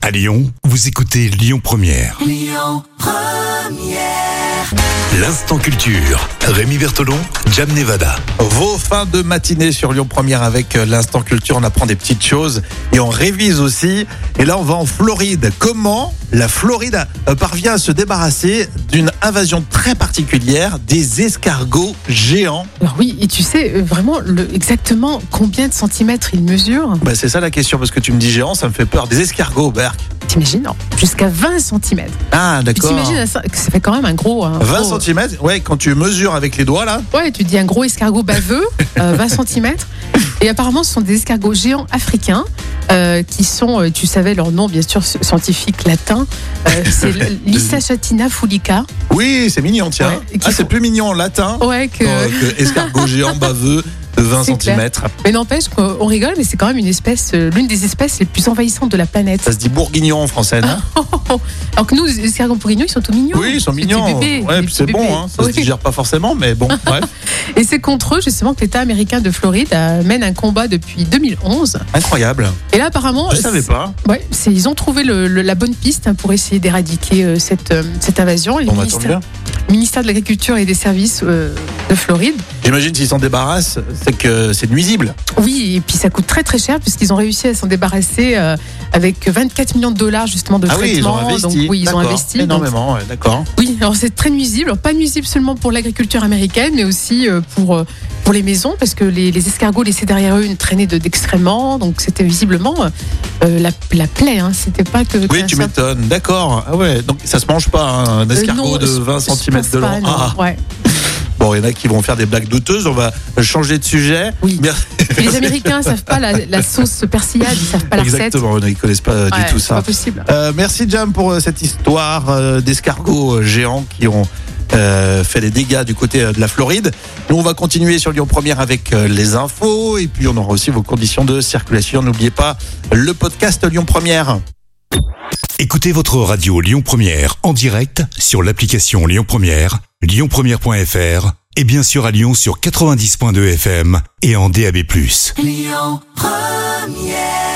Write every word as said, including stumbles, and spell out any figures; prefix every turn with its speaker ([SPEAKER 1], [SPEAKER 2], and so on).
[SPEAKER 1] À Lyon, vous écoutez Lyon Première.
[SPEAKER 2] Lyon Première.
[SPEAKER 1] L'instant culture. Rémi Bertolon, Jam Nevada.
[SPEAKER 3] Vos fins de matinée sur Lyon Première avec l'instant culture, on apprend des petites choses et on révise aussi. Et là, on va en Floride. Comment la Floride parvient à se débarrasser d'une invasion très particulière des escargots géants?
[SPEAKER 4] Alors oui, et tu sais vraiment le, exactement combien de centimètres ils mesurent?
[SPEAKER 3] Bah, c'est ça la question, parce que tu me dis géant, ça me fait peur. Des escargots, Berk.
[SPEAKER 4] T'imagines? Non, jusqu'à vingt centimètres.
[SPEAKER 3] Ah, d'accord.
[SPEAKER 4] T'imagines ça, que ça fait quand même un gros... Un
[SPEAKER 3] vingt
[SPEAKER 4] gros...
[SPEAKER 3] centimètres? Ouais, quand tu mesures avec les doigts, là.
[SPEAKER 4] Ouais, tu dis un gros escargot baveux, euh, vingt centimètres. Et apparemment, ce sont des escargots géants africains euh, qui sont, euh, tu savais leur nom, bien sûr, scientifique latin. Euh, c'est l'Issachatina fulica.
[SPEAKER 3] Oui, c'est mignon, tiens.
[SPEAKER 4] Ouais,
[SPEAKER 3] ah,
[SPEAKER 4] font...
[SPEAKER 3] c'est plus mignon en latin
[SPEAKER 4] ouais, que...
[SPEAKER 3] que, que escargot géant baveux de vingt centimètres.
[SPEAKER 4] Mais n'empêche qu'on rigole, mais c'est quand même une espèce, euh, l'une des espèces les plus envahissantes de la planète.
[SPEAKER 3] Ça se dit bourguignon en français, non?
[SPEAKER 4] Alors que nous, les escargots bourguignons, ils sont tout mignons.
[SPEAKER 3] Oui, ils sont mignons.
[SPEAKER 4] C'est, bébés,
[SPEAKER 3] ouais, c'est
[SPEAKER 4] bébés.
[SPEAKER 3] bon, hein. Ça
[SPEAKER 4] oui.
[SPEAKER 3] se digère pas forcément, mais bon, bref.
[SPEAKER 4] Et c'est contre eux, justement, que l'État américain de Floride euh, mène un combat depuis deux mille onze.
[SPEAKER 3] Incroyable.
[SPEAKER 4] Et là, apparemment...
[SPEAKER 3] Je savais pas.
[SPEAKER 4] Ouais, c'est, ils ont trouvé le, le, la bonne piste hein, pour essayer d'éradiquer euh, cette, euh, cette invasion. Et
[SPEAKER 3] Bon,
[SPEAKER 4] le
[SPEAKER 3] bah,
[SPEAKER 4] ministère, ministère de l'Agriculture et des Services euh, de Floride.
[SPEAKER 3] J'imagine s'ils s'en débarrassent, c'est que c'est nuisible.
[SPEAKER 4] Oui, et puis ça coûte très très cher puisqu'ils ont réussi à s'en débarrasser euh, avec vingt-quatre millions de dollars justement de
[SPEAKER 3] ah oui, ils ont
[SPEAKER 4] traitement.
[SPEAKER 3] investi.
[SPEAKER 4] Donc oui, ils
[SPEAKER 3] d'accord.
[SPEAKER 4] ont investi.
[SPEAKER 3] Énormément,
[SPEAKER 4] donc...
[SPEAKER 3] ouais, d'accord.
[SPEAKER 4] Oui, alors c'est très nuisible. Alors, pas nuisible seulement pour l'agriculture américaine, mais aussi euh, pour, euh, pour les maisons parce que les, les escargots laissaient derrière eux une traînée de, d'excréments. Donc c'était visiblement euh, la, la plaie. Hein. C'était pas que.
[SPEAKER 3] Oui, tu m'étonnes. D'accord. Ah ouais, donc ça se mange pas, hein, un escargot euh, non, de vingt centimètres de long.
[SPEAKER 4] Pas,
[SPEAKER 3] ah.
[SPEAKER 4] Ouais.
[SPEAKER 3] Bon, il y en a qui vont faire des blagues douteuses. On va changer de sujet.
[SPEAKER 4] Oui.
[SPEAKER 3] Merci.
[SPEAKER 4] Les Américains ne savent pas la, la sauce persillade, ils ne savent pas la recette.
[SPEAKER 3] Exactement, ils ne connaissent pas
[SPEAKER 4] ouais,
[SPEAKER 3] du tout ça.
[SPEAKER 4] C'est pas possible.
[SPEAKER 3] Euh, merci Jam pour euh, cette histoire euh, d'escargots géants qui ont euh, fait des dégâts du côté euh, de la Floride. Nous, on va continuer sur Lyon Première avec euh, les infos et puis on aura aussi vos conditions de circulation. N'oubliez pas le podcast Lyon Première.
[SPEAKER 1] Écoutez votre radio Lyon Première en direct sur l'application Lyon Première, lyon première point f r et bien sûr à Lyon sur quatre-vingt-dix point deux F M et en D A B plus.
[SPEAKER 2] Lyon Première.